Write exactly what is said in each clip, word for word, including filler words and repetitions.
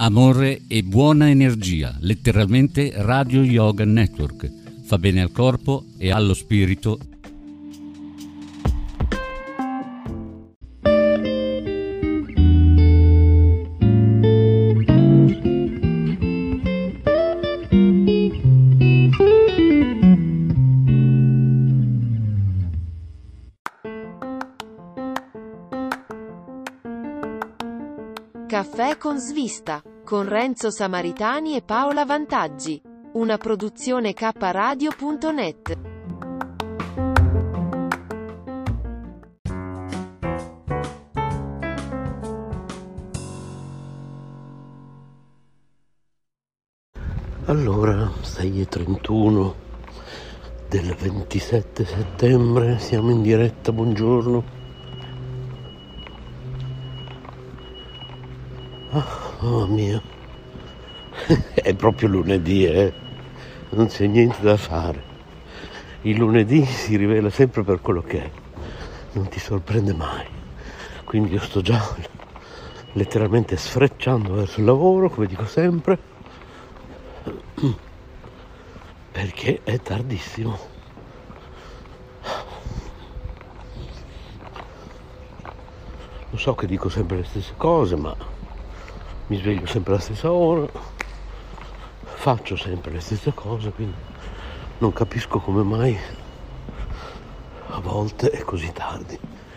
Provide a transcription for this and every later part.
Amore e buona energia, letteralmente Radio Yoga Network. Fa bene al corpo e allo spirito. Caffè con svista, con Renzo Samaritani e Paola Vantaggi. Una produzione K radio punto net. Allora, sei e trentuno del ventisette settembre, siamo in diretta, buongiorno. Ah, mamma mia, è proprio lunedì, eh? Non c'è niente da fare. Il lunedì si rivela sempre per quello che è, non ti sorprende mai. Quindi io sto già letteralmente sfrecciando verso il lavoro, come dico sempre, perché è tardissimo. Lo so che dico sempre le stesse cose, ma mi sveglio sempre alla stessa ora, faccio sempre le stesse cose, quindi non capisco come mai a volte è così tardi.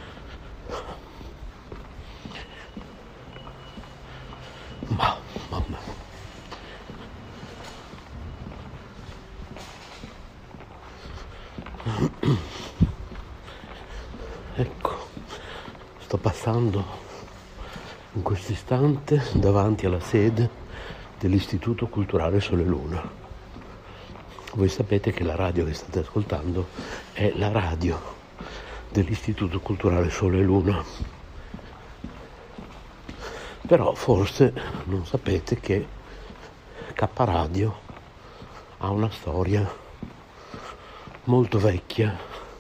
Ma, mamma. Ecco, sto passando in questo istante davanti alla sede dell'Istituto Culturale Sole Luna. Voi sapete che la radio che state ascoltando è la radio dell'Istituto Culturale Sole Luna. Però forse non sapete che K Radio ha una storia molto vecchia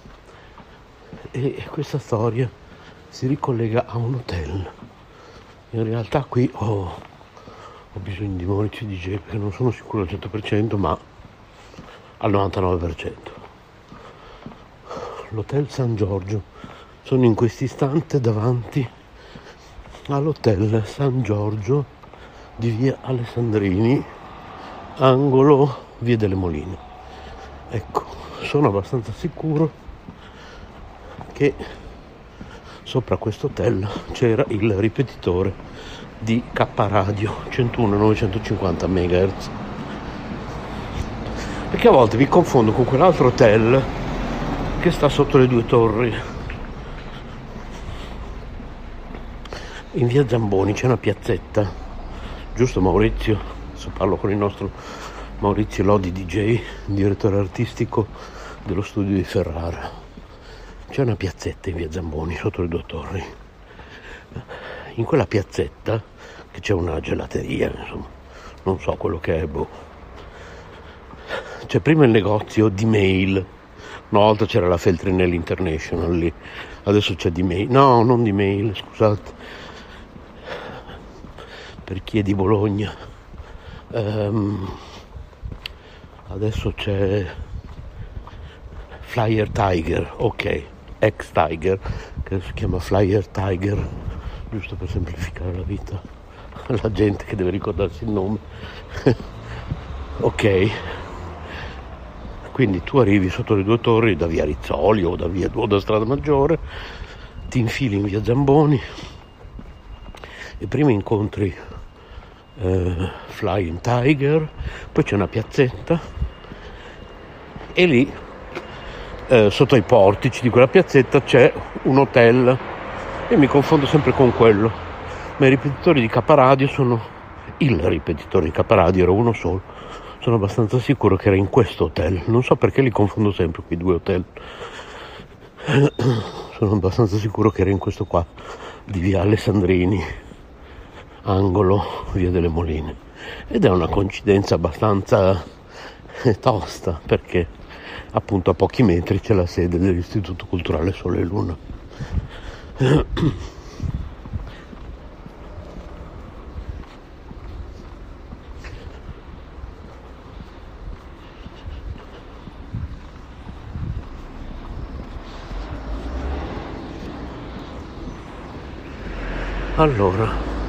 e questa storia si ricollega a un hotel. In realtà qui ho, ho bisogno di Maurizio D J perché non sono sicuro al cento per cento, ma al novantanove per cento. L'Hotel San Giorgio. Sono in questo istante davanti all'Hotel San Giorgio di via Alessandrini, angolo via delle Moline. Ecco, sono abbastanza sicuro che sopra questo hotel c'era il ripetitore di K Radio centouno novecentocinquanta megahertz, perché a volte vi confondo con quell'altro hotel che sta sotto le due torri. In via Zamboni c'è una piazzetta, giusto Maurizio? Adesso parlo con il nostro Maurizio Lodi D J, direttore artistico dello studio di Ferrara. C'è una piazzetta in via Zamboni sotto le due torri. In quella piazzetta, che c'è una gelateria, insomma, non so quello che è, boh. C'è prima il negozio di Mail. Una volta c'era la Feltrinelli International lì, adesso c'è di Mail. No, non di Mail, scusate. Per chi è di Bologna. Um, adesso c'è Flyer Tiger, ok. Ex Tiger, che si chiama Flyer Tiger, giusto per semplificare la vita alla gente che deve ricordarsi il nome. Ok, quindi tu arrivi sotto le due torri da via Rizzoli o da via o da Strada Maggiore, ti infili in via Zamboni e prima incontri eh, Flying Tiger, poi c'è una piazzetta e lì Eh, sotto ai portici di quella piazzetta c'è un hotel e mi confondo sempre con quello, ma i ripetitori di K Radio sono il ripetitore di K Radio, era uno solo, sono abbastanza sicuro che era in questo hotel, non so perché li confondo sempre quei due hotel. Sono abbastanza sicuro che era in questo qua di via Alessandrini, angolo via delle Moline, ed è una coincidenza abbastanza tosta perché appunto a pochi metri c'è la sede dell'Istituto Culturale Sole Luna. Allora,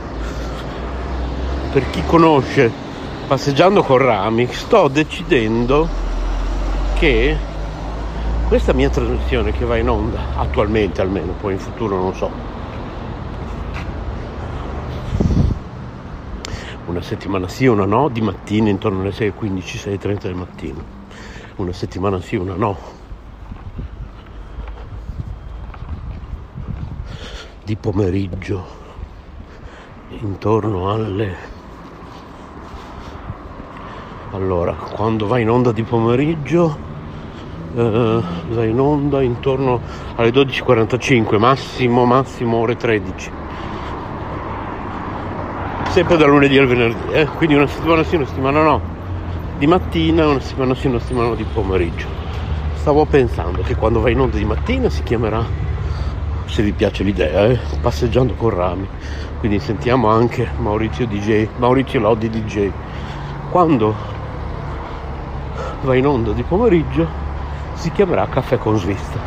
per chi conosce Passeggiando con Rami, sto decidendo che questa mia trasmissione che va in onda attualmente, almeno poi in futuro non so, una settimana sì, una no, di mattina intorno alle sei e quindici, sei e trenta del mattino, una settimana sì, una no, di pomeriggio intorno alle... Allora, quando va in onda di pomeriggio eh, va in onda intorno alle dodici e quarantacinque, massimo massimo ore tredici, sempre da lunedì al venerdì, eh? Quindi una settimana sì, una settimana no di mattina, una settimana sì, una settimana no di pomeriggio. Stavo pensando che quando va in onda di mattina si chiamerà, se vi piace l'idea, eh, Passeggiando con Rami, quindi sentiamo anche Maurizio D J, Maurizio Lodi D J. Quando va in onda di pomeriggio si chiamerà Caffè con Svista,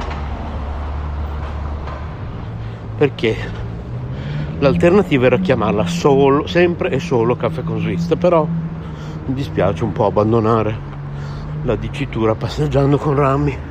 perché l'alternativa era chiamarla solo, sempre e solo Caffè con Svista, però mi dispiace un po' abbandonare la dicitura Passeggiando con Rami.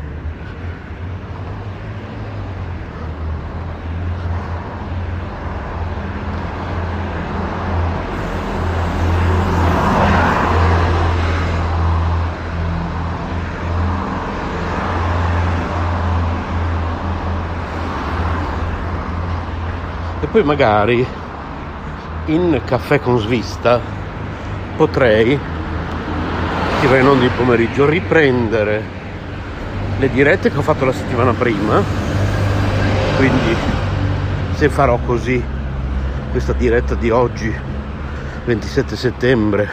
E poi magari in Caffè con Svista potrei, che va in onda il pomeriggio, riprendere le dirette che ho fatto la settimana prima. Quindi se farò così, questa diretta di oggi ventisette settembre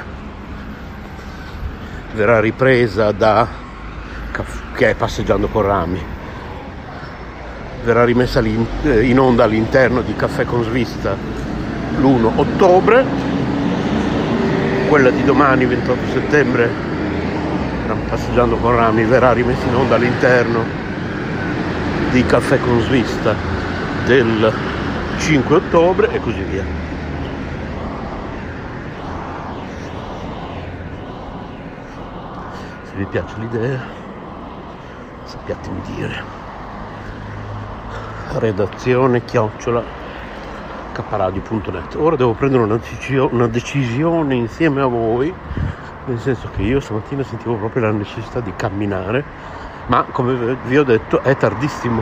verrà ripresa da che è Passeggiando con Rami, verrà rimessa in onda all'interno di Caffè con Svista l'primo ottobre, quella di domani ventotto settembre, Passeggiando con Rami, verrà rimessa in onda all'interno di Caffè con Svista del cinque ottobre e così via. Se vi piace l'idea, sappiatemi dire. Redazione chiocciola caparadio punto net. Ora devo prendere una, decisio- una decisione insieme a voi, nel senso che io stamattina sentivo proprio la necessità di camminare, ma come vi ho detto è tardissimo,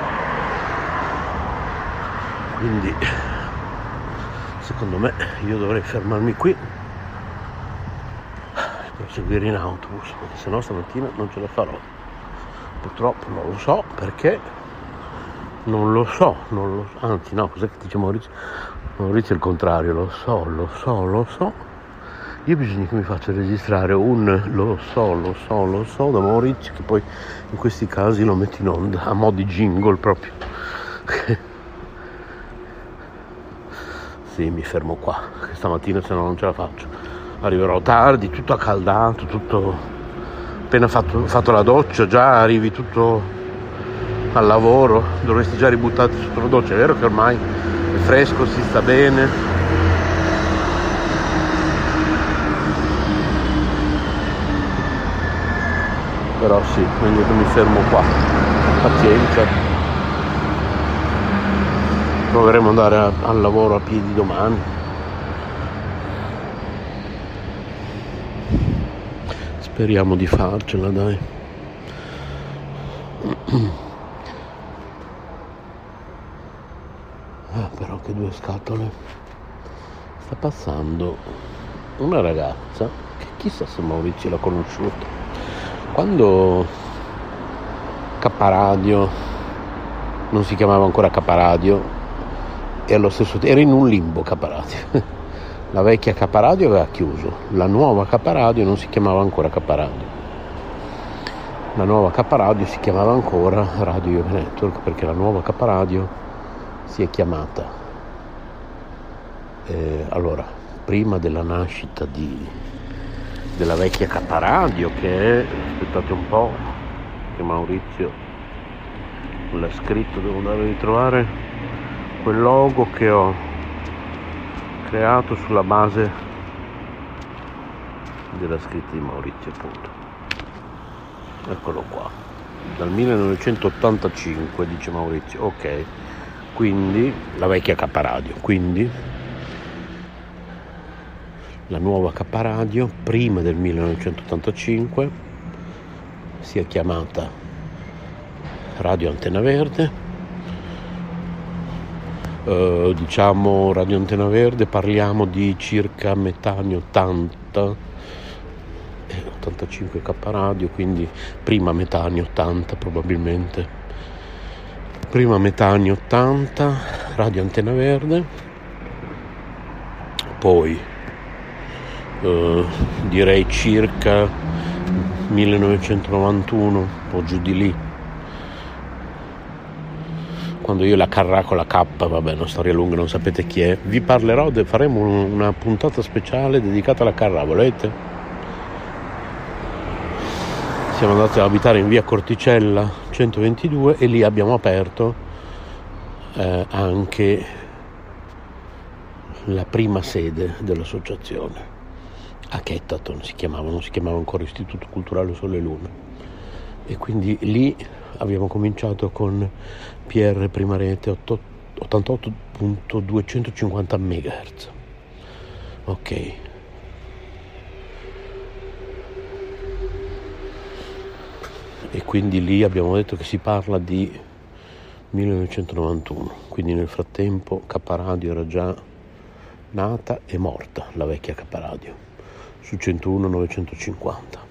quindi secondo me io dovrei fermarmi qui per seguire in autobus, perché sennò stamattina non ce la farò, purtroppo. Non lo so perché. Non lo so, non lo so, anzi no, cos'è che dice Maurizio? Maurizio è il contrario, lo so, lo so, lo so. Io bisogna che mi faccia registrare un lo so, lo so, lo so da Maurizio, che poi in questi casi lo metto in onda, a mo' di jingle proprio. Sì, mi fermo qua, che stamattina se no non ce la faccio. Arriverò tardi, tutto accaldato, tutto... appena fatto, fatto la doccia, già arrivi tutto... al lavoro, dovresti già ributtati sotto la doccia. È vero che ormai è fresco, si sta bene, però sì, meglio che mi fermo qua, pazienza. Proveremo ad andare a, al lavoro a piedi domani. Speriamo di farcela, dai. Ah, però che due scatole. Sta passando una ragazza che chissà se Maurizio l'ha conosciuta. Quando Caparadio non si chiamava ancora Caparadio, e allo stesso tempo era in un limbo Caparadio. La vecchia Caparadio aveva chiuso, la nuova Caparadio non si chiamava ancora Caparadio. La nuova Caparadio si chiamava ancora Radio Yoga Network, perché la nuova Caparadio si è chiamata eh, allora prima della nascita di, della vecchia Caparadio, che è, aspettate un po' che Maurizio l'ha scritto, devo andare a ritrovare quel logo che ho creato sulla base della scritta di Maurizio, appunto. Eccolo qua, dal millenovecentottantacinque, dice Maurizio. Ok, quindi la vecchia K Radio, quindi la nuova K Radio prima del millenovecentottantacinque si è chiamata Radio Antena Verde. Uh, diciamo Radio Antena Verde, parliamo di circa metà anni ottanta, eh, ottantacinque K Radio, quindi prima metà anni ottanta probabilmente, prima metà anni ottanta Radio Antena Verde, poi uh, direi circa millenovecentonovantuno o giù di lì, quando io la Carrà con la K, vabbè, una storia lunga, non sapete chi è. Vi parlerò, de- faremo una puntata speciale dedicata alla Carrà, volete? Siamo andati ad abitare in via Corticella centoventidue e lì abbiamo aperto eh, anche la prima sede dell'associazione. A Chettaton si chiamava, non si chiamava ancora Istituto Culturale Sole e Luna. E quindi lì abbiamo cominciato con P R prima rete ottantotto virgola duecentocinquanta megahertz. Ok. E quindi lì abbiamo detto che si parla di millenovecentonovantuno, quindi nel frattempo K Radio era già nata e morta, la vecchia K Radio, su centouno novecentocinquanta.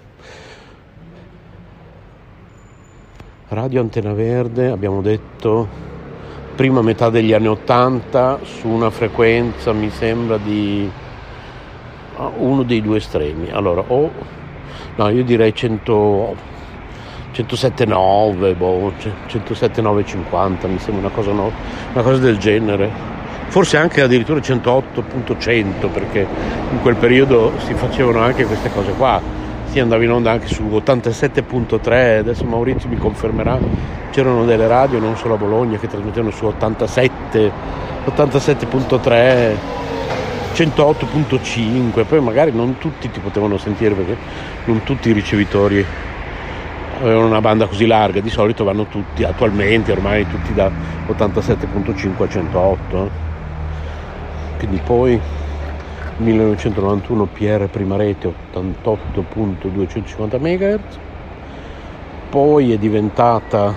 Radio Antena Verde, abbiamo detto, prima metà degli anni ottanta, su una frequenza, mi sembra, di uno dei due estremi. Allora, o, no, io direi cento, centosette virgola nove, boh, centosette virgola novecentocinquanta, mi sembra una cosa, no, una cosa del genere. Forse anche addirittura centootto virgola cento, perché in quel periodo si facevano anche queste cose qua. Si andava in onda anche su ottantasette virgola tre, adesso Maurizio mi confermerà, c'erano delle radio non solo a Bologna che trasmettevano su ottantasette virgola tre, centootto virgola cinque, poi magari non tutti ti potevano sentire perché non tutti i ricevitori avevano una banda così larga, di solito vanno tutti, attualmente ormai tutti da ottantasette virgola cinque a centootto, eh. Quindi poi millenovecentonovantuno P R prima rete ottantotto virgola duecentocinquanta megahertz, poi è diventata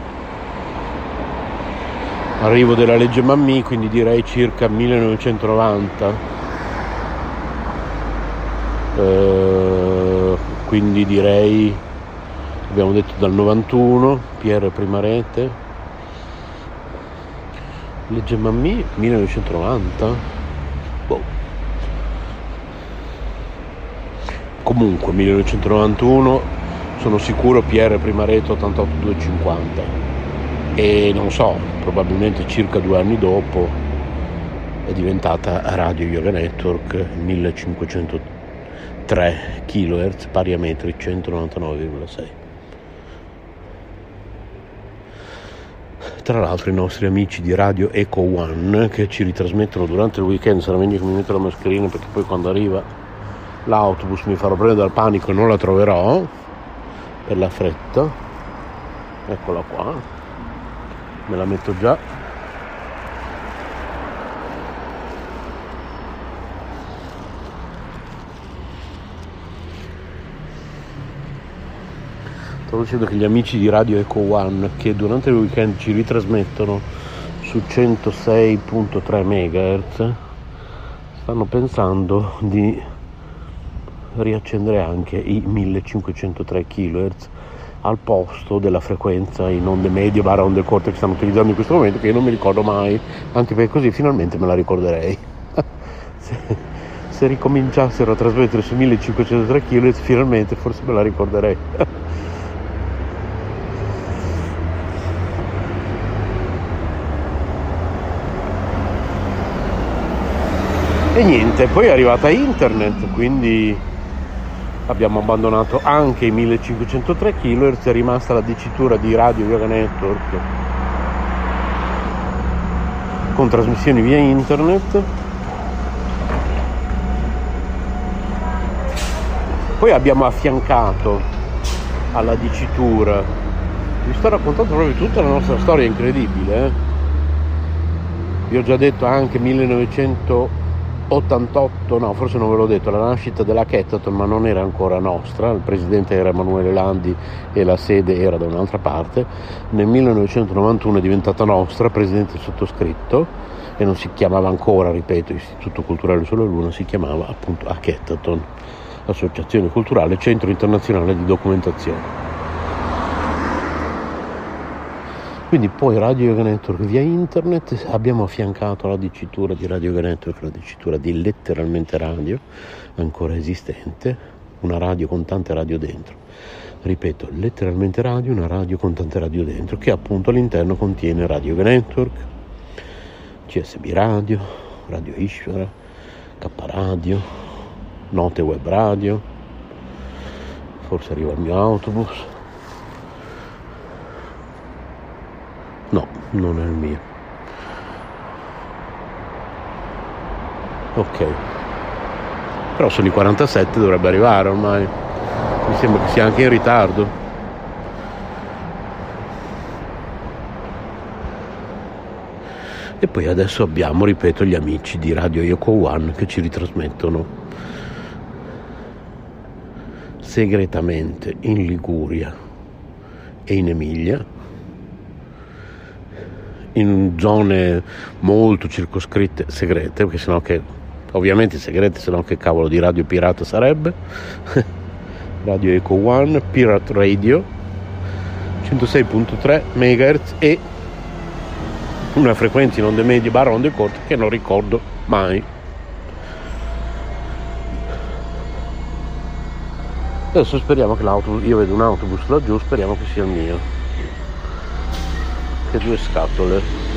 arrivo della legge Mammì, quindi direi circa millenovecentonovanta, eh, quindi direi, abbiamo detto dal novantuno P R prima rete, legge Mammì millenovecentonovanta, boh. Comunque millenovecentonovantuno sono sicuro P R prima rete ottantotto virgola duecentocinquanta, e non so, probabilmente circa due anni dopo è diventata Radio Yoga Network millecinquecentotre kilohertz, pari a metri centonovantanove virgola sei. Tra l'altro i nostri amici di Radio Eco One, che ci ritrasmettono durante il weekend, sarà meglio che mi metto la mascherina perché poi quando arriva l'autobus mi farò prendere dal panico e non la troverò per la fretta. Eccola qua, me la metto già. Stavo dicendo che gli amici di Radio Eco One, che durante il weekend ci ritrasmettono su centosei virgola tre megahertz, stanno pensando di riaccendere anche i millecinquecentotre kilohertz al posto della frequenza in onde medie barra onde corte che stanno utilizzando in questo momento, che io non mi ricordo mai, anche perché così finalmente me la ricorderei. se, se ricominciassero a trasmettere su millecinquecentotre kilohertz finalmente forse me la ricorderei. E niente, poi è arrivata internet, quindi abbiamo abbandonato anche i millecinquecentotre kilohertz, è rimasta la dicitura di Radio Yoga Network con trasmissioni via internet, Poi abbiamo affiancato alla dicitura, vi sto raccontando proprio tutta la nostra storia incredibile, eh? Vi ho già detto anche millenovecentottantotto, no forse non ve l'ho detto, la nascita della Kettaton, ma non era ancora nostra, il presidente era Emanuele Landi e la sede era da un'altra parte. Nel millenovecentonovantuno è diventata nostra, presidente sottoscritto, e non si chiamava ancora, ripeto, Istituto Culturale Sole Luna, si chiamava appunto A Kettaton, Associazione Culturale Centro Internazionale di Documentazione. Quindi poi Radio Yoga Network via internet, abbiamo affiancato alla dicitura di Radio Yoga Network la dicitura di Letteralmente Radio, ancora esistente, una radio con tante radio dentro. Ripeto, Letteralmente Radio, una radio con tante radio dentro, che appunto all'interno contiene Radio Yoga Network, C S B Radio, Radio Ishvara, K Radio, Note Web Radio, forse arriva il mio autobus. No, non è il mio. Ok. Però sono i quarantasette, dovrebbe arrivare ormai. Mi sembra che sia anche in ritardo. E poi adesso abbiamo, ripeto, gli amici di Radio Yoko One che ci ritrasmettono segretamente in Liguria e in Emilia, in zone molto circoscritte, segrete, perché sennò che, ovviamente segrete, sennò che cavolo di radio pirata sarebbe. Radio Eco One, Pirate Radio, centosei virgola tre megahertz e una frequenza in onde medie barra onde corte che non ricordo mai. Adesso speriamo che l'autobus, io vedo un autobus laggiù, speriamo che sia il mio. Che due scatole.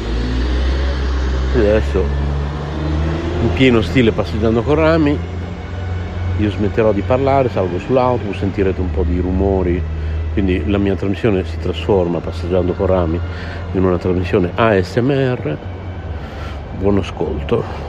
E adesso in pieno stile Passeggiando con Rami io smetterò di parlare, salgo sull'autobus, sentirete un po' di rumori, quindi la mia trasmissione si trasforma, Passeggiando con Rami, in una trasmissione A S M R. Buon ascolto.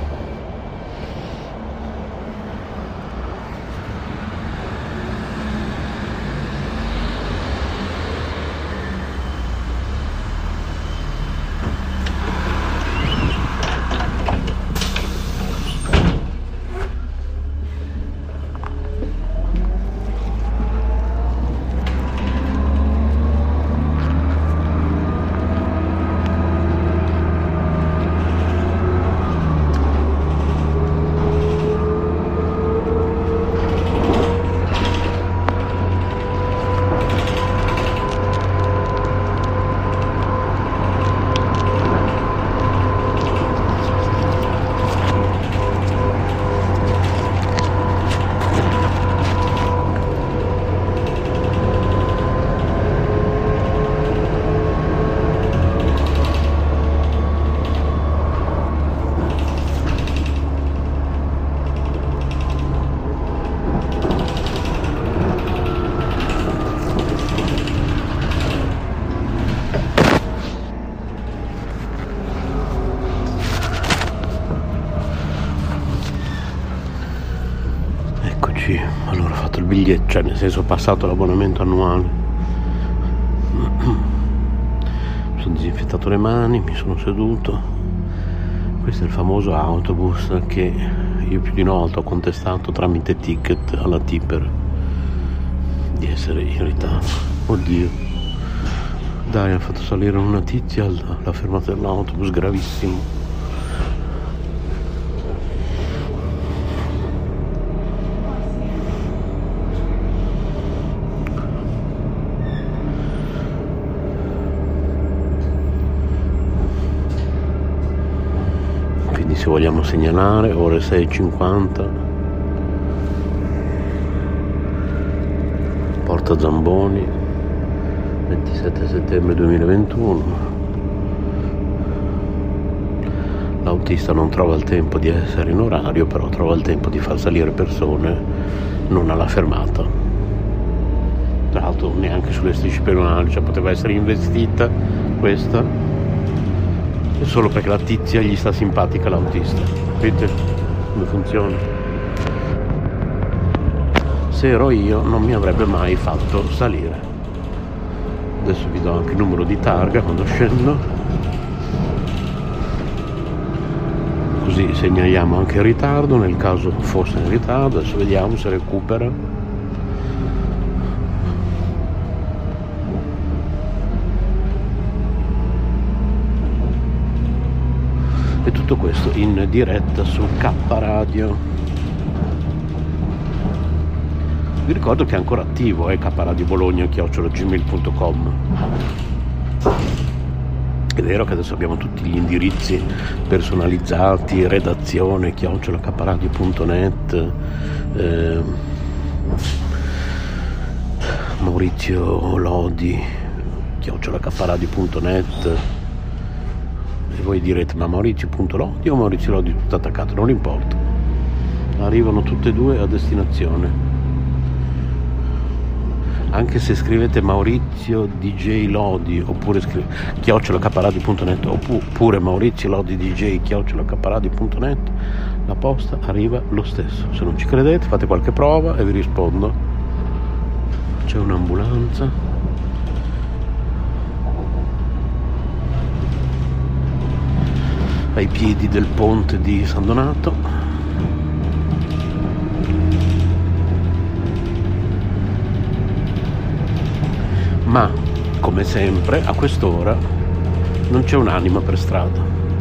Allora ho fatto il biglietto, cioè nel senso ho passato l'abbonamento annuale, mi sono disinfettato le mani, mi sono seduto. Questo è il famoso autobus che io più di una volta ho contestato tramite ticket alla Tipper di essere in ritardo. Oddio, dai, ha fatto salire una tizia alla, alla fermata dell'autobus, gravissimo. Se vogliamo segnalare, ore sei e cinquanta, Porta Zamboni, ventisette settembre duemilaventuno. L'autista non trova il tempo di essere in orario, però trova il tempo di far salire persone non alla fermata. Tra l'altro neanche sulle strisce pedonali, cioè poteva essere investita questa solo perché la tizia gli sta simpatica l'autista. Vedete come funziona? Se ero io non mi avrebbe mai fatto salire. Adesso vi do anche il numero di targa quando scendo, così segnaliamo anche il ritardo nel caso fosse in ritardo. Adesso vediamo se recupera. E tutto questo in diretta su K Radio. Vi ricordo che è ancora attivo, è kradio bologna chiocciola gmail punto com. È vero che adesso abbiamo tutti gli indirizzi personalizzati, redazione chiocciola kradio punto net, eh, Maurizio Lodi chiocciola kradio punto net, e voi direte ma Maurizio punto Lodi o Maurizio Lodi tutto attaccato? Non importa, arrivano tutte e due a destinazione. Anche se scrivete Maurizio D J Lodi oppure scrivete chiocciola kradio punto net oppure Maurizio Lodi D J chiocciola kradio punto net, la posta arriva lo stesso. Se non ci credete fate qualche prova e vi rispondo. C'è un'ambulanza. Ai piedi del ponte di San Donato. Ma come sempre a quest'ora non c'è un'anima per strada,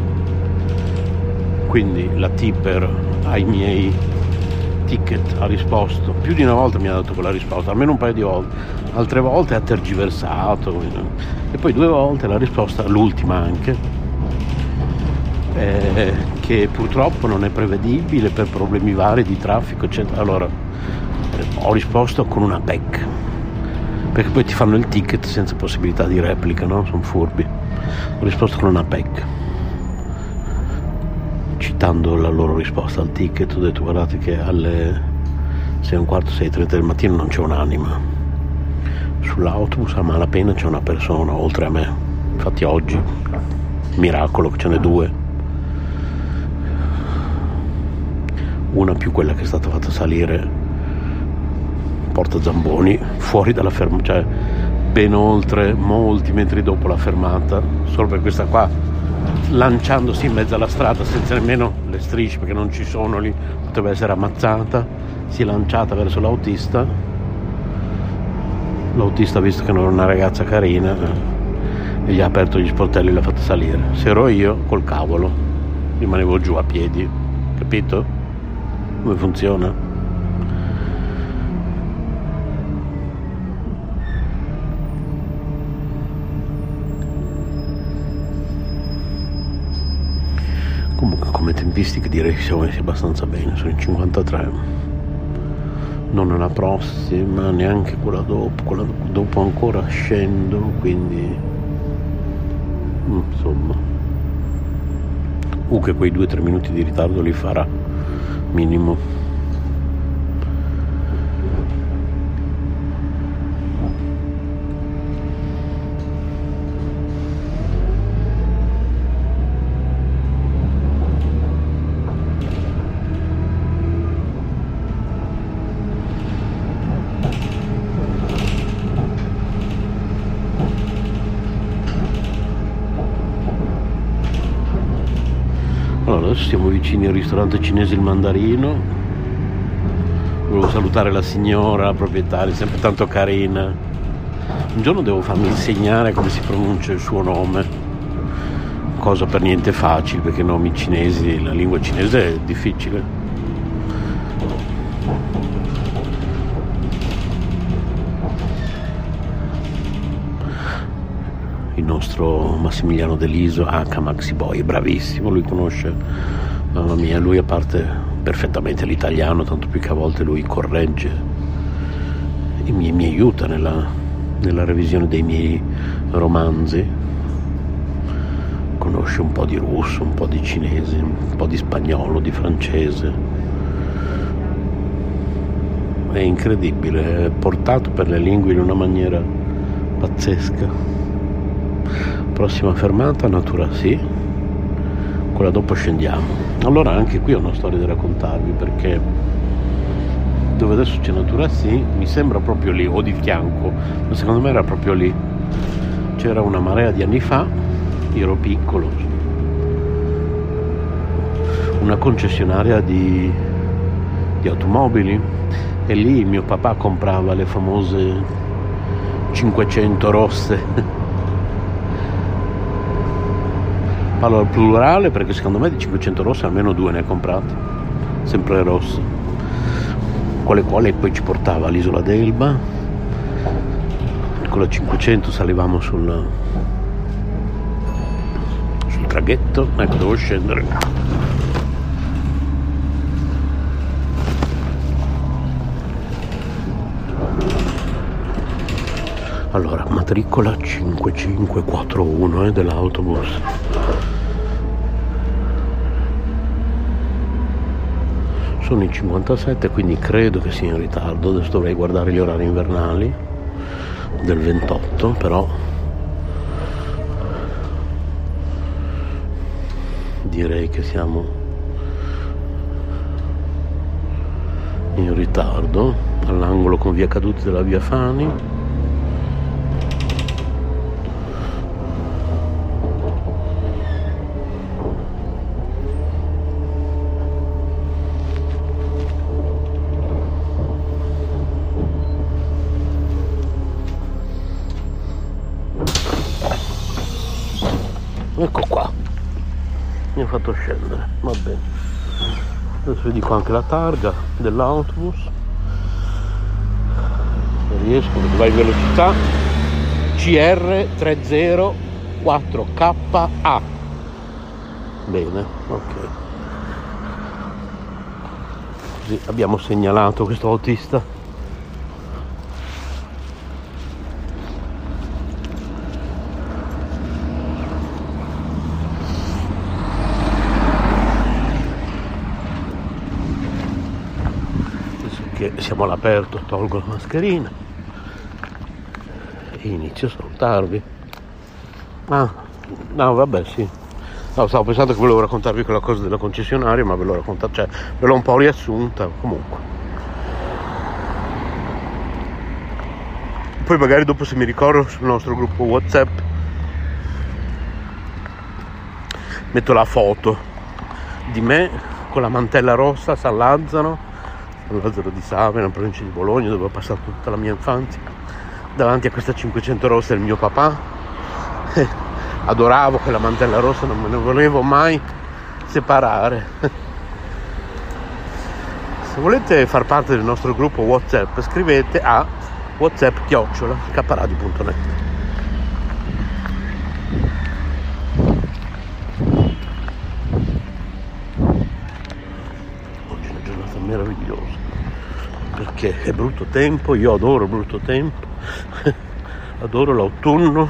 quindi la tipper ai miei ticket ha risposto più di una volta, mi ha dato quella risposta almeno un paio di volte, altre volte ha tergiversato e poi due volte la risposta, l'ultima anche, eh, che purtroppo non è prevedibile per problemi vari di traffico eccetera. Allora eh, ho risposto con una P E C, perché poi ti fanno il ticket senza possibilità di replica, no? Sono furbi. Ho risposto con una P E C, citando la loro risposta al ticket. Ho detto guardate che alle sei e un quarto, sei e trenta del mattino non c'è un'anima sull'autobus, a malapena c'è una persona oltre a me. Infatti oggi miracolo che ce n'è due, una più quella che è stata fatta salire Porta Zamboni fuori dalla fermata, cioè ben oltre molti metri dopo la fermata, solo per questa qua lanciandosi in mezzo alla strada senza nemmeno le strisce perché non ci sono lì, poteva essere ammazzata, si è lanciata verso l'autista. L'autista ha visto che non era una ragazza carina e gli ha aperto gli sportelli e l'ha fatta salire. Se ero io col cavolo rimanevo giù a piedi, capito come funziona? Comunque come tempistiche direi che siamo messi abbastanza bene, sono in cinquantatré, non è la prossima, neanche quella dopo, quella dopo ancora scendo, quindi insomma, uh che quei due o tre minuti di ritardo li farà minimo. Allora, adesso siamo vicini al ristorante cinese Il Mandarino. Volevo salutare la signora, la proprietaria, sempre tanto carina. Un giorno devo farmi insegnare come si pronuncia il suo nome, cosa per niente facile, perché i nomi cinesi, la lingua cinese è difficile. Il nostro Massimiliano Deliso, H. Maxi Boy, è bravissimo, lui conosce, mamma mia, lui a parte perfettamente l'italiano, tanto più che a volte lui corregge e mi, mi aiuta nella, nella revisione dei miei romanzi, conosce un po' di russo, un po' di cinese, un po' di spagnolo, di francese, è incredibile, è portato per le lingue in una maniera pazzesca. Prossima fermata Natura sì, quella dopo scendiamo. Allora anche qui ho una storia da raccontarvi, perché dove adesso c'è Natura Sì, mi sembra proprio lì, o di fianco, ma secondo me era proprio lì. C'era una marea di anni fa, io ero piccolo, una concessionaria di, di automobili, e lì mio papà comprava le famose cinquecento rosse. Parlo al plurale perché secondo me di cinquecento rosse almeno due ne ha comprate, sempre rosse, con le quali poi ci portava all'isola d'Elba. Con la cinquecento salivamo sul, sul traghetto. Ecco, devo scendere. Allora, matricola cinquemilacinquecento quarantuno eh, dell'autobus. Sono i cinquantasette, quindi credo che sia in ritardo. Adesso dovrei guardare gli orari invernali del ventotto, però direi che siamo in ritardo, all'angolo con via Caduti della via Fani. Ecco qua, mi ha fatto scendere, va bene. Adesso vi dico anche la targa dell'autobus, se riesco, perché va in velocità. C R tre zero quattro K A. Bene, ok. Così abbiamo segnalato questo autista. Che siamo all'aperto, tolgo la mascherina e inizio a salutarvi. Ah, no, vabbè, sì. No, stavo pensando che volevo raccontarvi quella cosa della concessionaria, ma ve l'ho raccontata, cioè ve l'ho un po' riassunta. Comunque, poi magari dopo, se mi ricordo, sul nostro gruppo WhatsApp metto la foto di me con la mantella rossa a San Lazzaro San Lazzaro di Savena, in provincia di Bologna, dove ho passato tutta la mia infanzia, davanti a questa cinquecento rossa del mio papà. Eh, adoravo quella mantella rossa, non me ne volevo mai separare. Se volete far parte del nostro gruppo WhatsApp, scrivete a whatsapp chiocciola caparadi punto net. Oggi è una giornata meravigliosa, perché è brutto tempo, io adoro il brutto tempo, adoro l'autunno,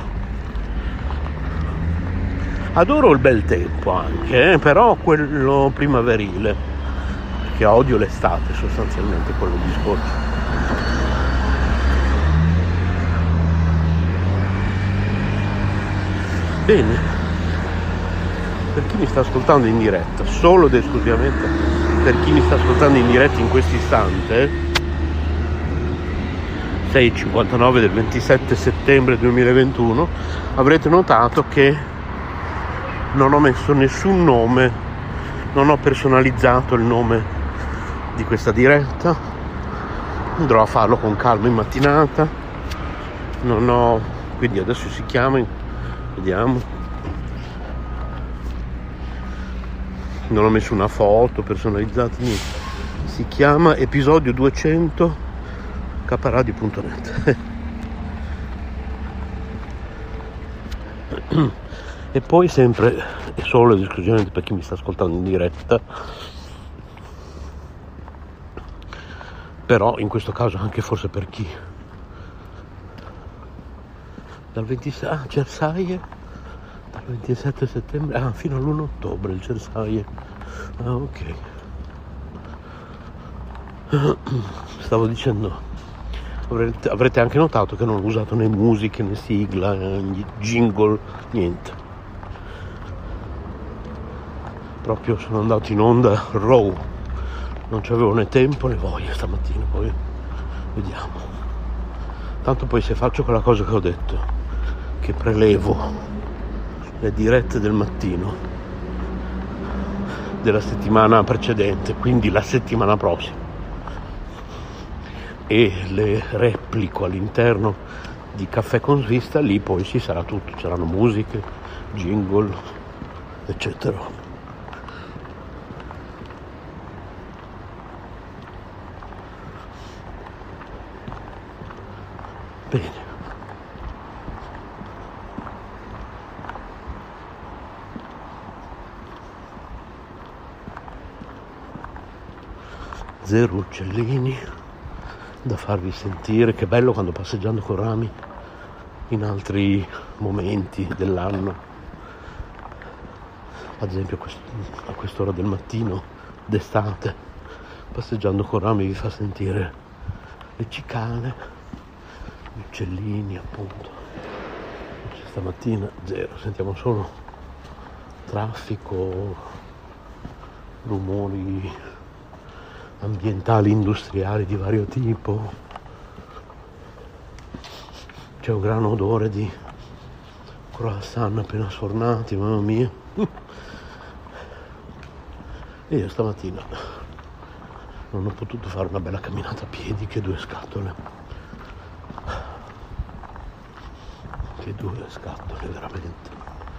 adoro il bel tempo anche, eh, però quello primaverile, perché odio l'estate, sostanzialmente quello di discorso. Bene, per chi mi sta ascoltando in diretta, solo ed esclusivamente per chi mi sta ascoltando in diretta in questo istante, sei e cinquantanove del ventisette settembre duemilaventuno, avrete notato che non ho messo nessun nome, non ho personalizzato il nome di questa diretta. Andrò a farlo con calma in mattinata. Non ho, quindi adesso si chiama, vediamo, non ho messo una foto personalizzata, niente. Si chiama episodio duecento caparadi punto net. E poi sempre e solo ed esclusivamente per chi mi sta ascoltando in diretta, però in questo caso anche forse per chi dal ventisei ah, Cersaie, dal ventisette settembre ah, fino all'primo ottobre il Cersaie. Ah, ok. Stavo dicendo, avrete, avrete anche notato che non ho usato né musiche né sigla, né jingle, niente. Proprio sono andato in onda raw, non c'avevo né tempo né voglia stamattina, poi vediamo. Tanto poi se faccio quella cosa che ho detto, che prelevo le dirette del mattino della settimana precedente, quindi la settimana prossima, e le replico all'interno di Caffè con Svista, lì poi ci sarà tutto, c'erano musiche, jingle, eccetera. Bene. Zero uccellini da farvi sentire. Che bello quando passeggiando con rami in altri momenti dell'anno, ad esempio a quest'ora del mattino d'estate, passeggiando con rami vi fa sentire le cicale, gli uccellini, appunto. Stamattina zero, sentiamo solo traffico, rumori ambientali, industriali di vario tipo. C'è un gran odore di croissant appena sfornati, mamma mia. E io stamattina non ho potuto fare una bella camminata a piedi, che due scatole. Che due scatole, veramente.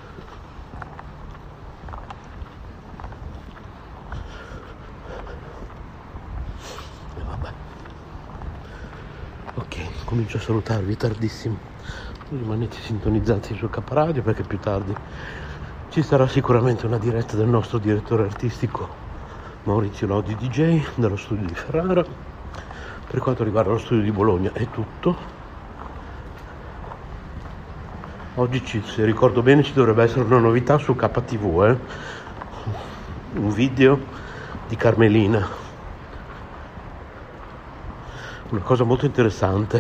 E vabbè. Ok, comincio a salutarvi, è tardissimo. Rimanete sintonizzati su K Radio, perché più tardi ci sarà sicuramente una diretta del nostro direttore artistico Maurizio Lodi D J dallo studio di Ferrara. Per quanto riguarda lo studio di Bologna è tutto. Oggi, ci, se ricordo bene, ci dovrebbe essere una novità su K T V, eh? Un video di Carmelina, una cosa molto interessante.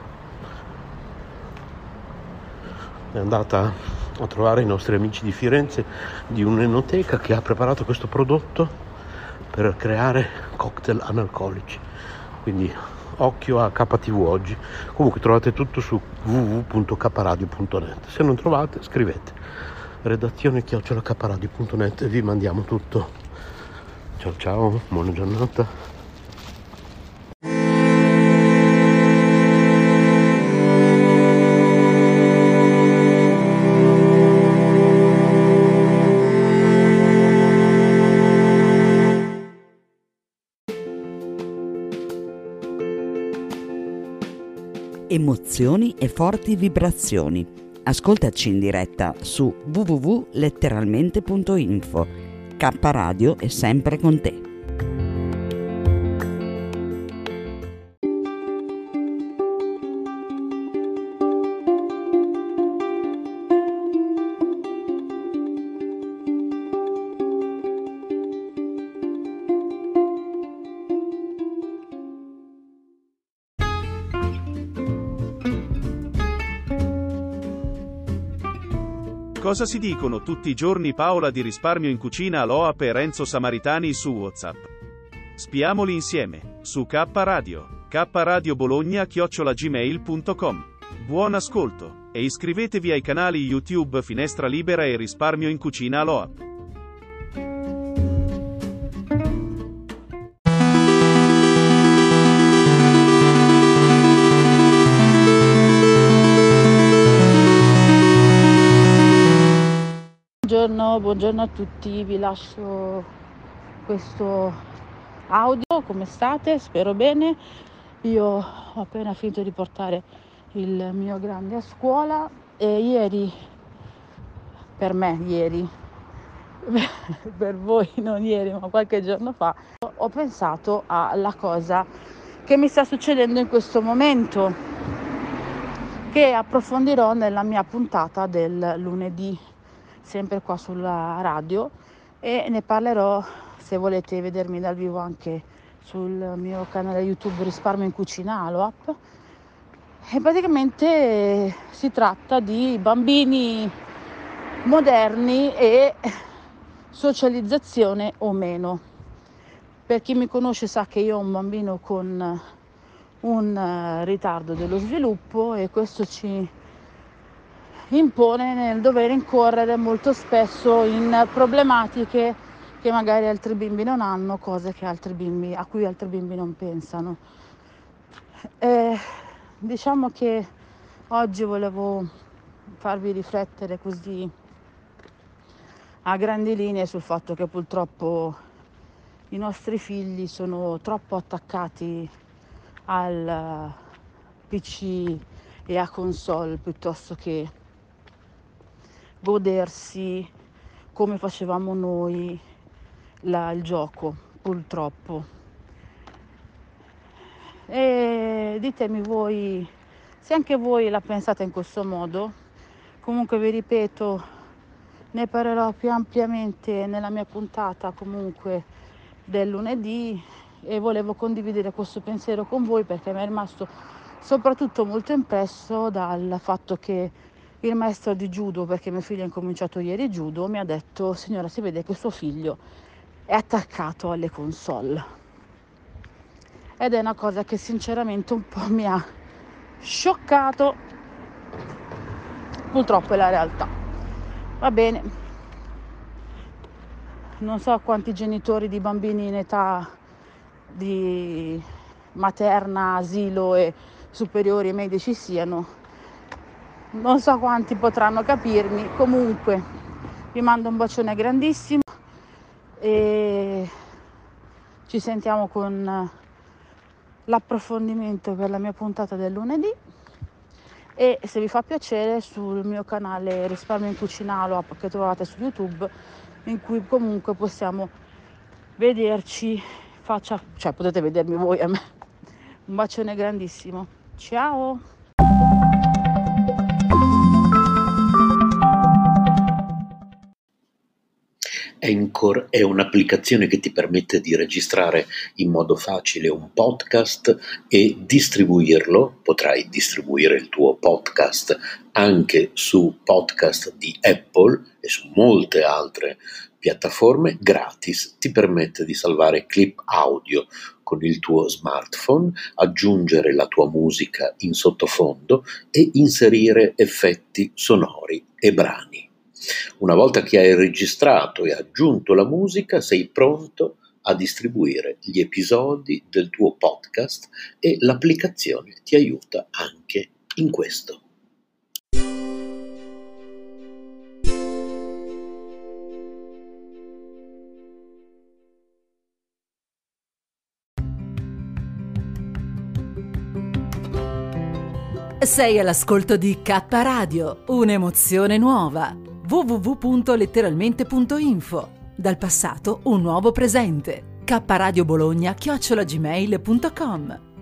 È andata a trovare i nostri amici di Firenze di un'enoteca che ha preparato questo prodotto per creare cocktail analcolici, quindi occhio a K T V oggi. Comunque trovate tutto su w w w punto k radio punto net. Se non trovate, scrivete redazione chiocciola k radio punto net e vi mandiamo tutto. Ciao ciao, buona giornata. Emozioni e forti vibrazioni. Ascoltaci in diretta su w w w punto letteralmente punto info. K Radio è sempre con te. Cosa si dicono tutti i giorni Paola di Risparmio in Cucina Aloap e Renzo Samaritani su WhatsApp? Spiamoli insieme, su K Radio, K Radio Bologna chiocciola gmail punto com. Buon ascolto, e iscrivetevi ai canali YouTube Finestra Libera e Risparmio in Cucina Aloap. Buongiorno, buongiorno a tutti, vi lascio questo audio. Come state? Spero bene. Io ho appena finito di portare il mio grande a scuola e ieri, per me ieri, per voi non ieri ma qualche giorno fa, ho pensato alla cosa che mi sta succedendo in questo momento, che approfondirò nella mia puntata del lunedì, sempre qua sulla radio, e ne parlerò, se volete vedermi dal vivo, anche sul mio canale YouTube Risparmio in Cucina Aloap. E praticamente si tratta di bambini moderni e socializzazione o meno. Per chi mi conosce sa che io ho un bambino con un uh, ritardo dello sviluppo, e questo ci impone nel dover incorrere molto spesso in problematiche che magari altri bimbi non hanno, cose che altri bimbi, a cui altri bimbi non pensano. E diciamo che oggi volevo farvi riflettere così a grandi linee sul fatto che purtroppo i nostri figli sono troppo attaccati al P C e a console piuttosto che godersi come facevamo noi la, il gioco, purtroppo. E ditemi voi se anche voi la pensate in questo modo. Comunque vi ripeto, ne parlerò più ampiamente nella mia puntata comunque del lunedì, e volevo condividere questo pensiero con voi perché mi è rimasto soprattutto molto impresso dal fatto che il maestro di judo, perché mio figlio ha incominciato ieri judo, mi ha detto: signora, si vede che suo figlio è attaccato alle console. Ed è una cosa che sinceramente un po' mi ha scioccato. Purtroppo è la realtà. Va bene, non so quanti genitori di bambini in età di materna, asilo e superiori e medici siano, non so quanti potranno capirmi. Comunque vi mando un bacione grandissimo e ci sentiamo con l'approfondimento per la mia puntata del lunedì. E se vi fa piacere, sul mio canale Risparmio in Cucina, lo app che trovate su YouTube, in cui comunque possiamo vederci faccia, cioè potete vedermi voi a me. Un bacione grandissimo, ciao. Anchor è un'applicazione che ti permette di registrare in modo facile un podcast e distribuirlo. Potrai distribuire il tuo podcast anche su podcast di Apple e su molte altre piattaforme gratis. Ti permette di salvare clip audio con il tuo smartphone, aggiungere la tua musica in sottofondo e inserire effetti sonori e brani. Una volta che hai registrato e aggiunto la musica, sei pronto a distribuire gli episodi del tuo podcast e l'applicazione ti aiuta anche in questo. Sei all'ascolto di K Radio, un'emozione nuova. w w w punto letteralmente punto info. Dal passato un nuovo presente. K Radio Bologna chiocciola gmail punto com.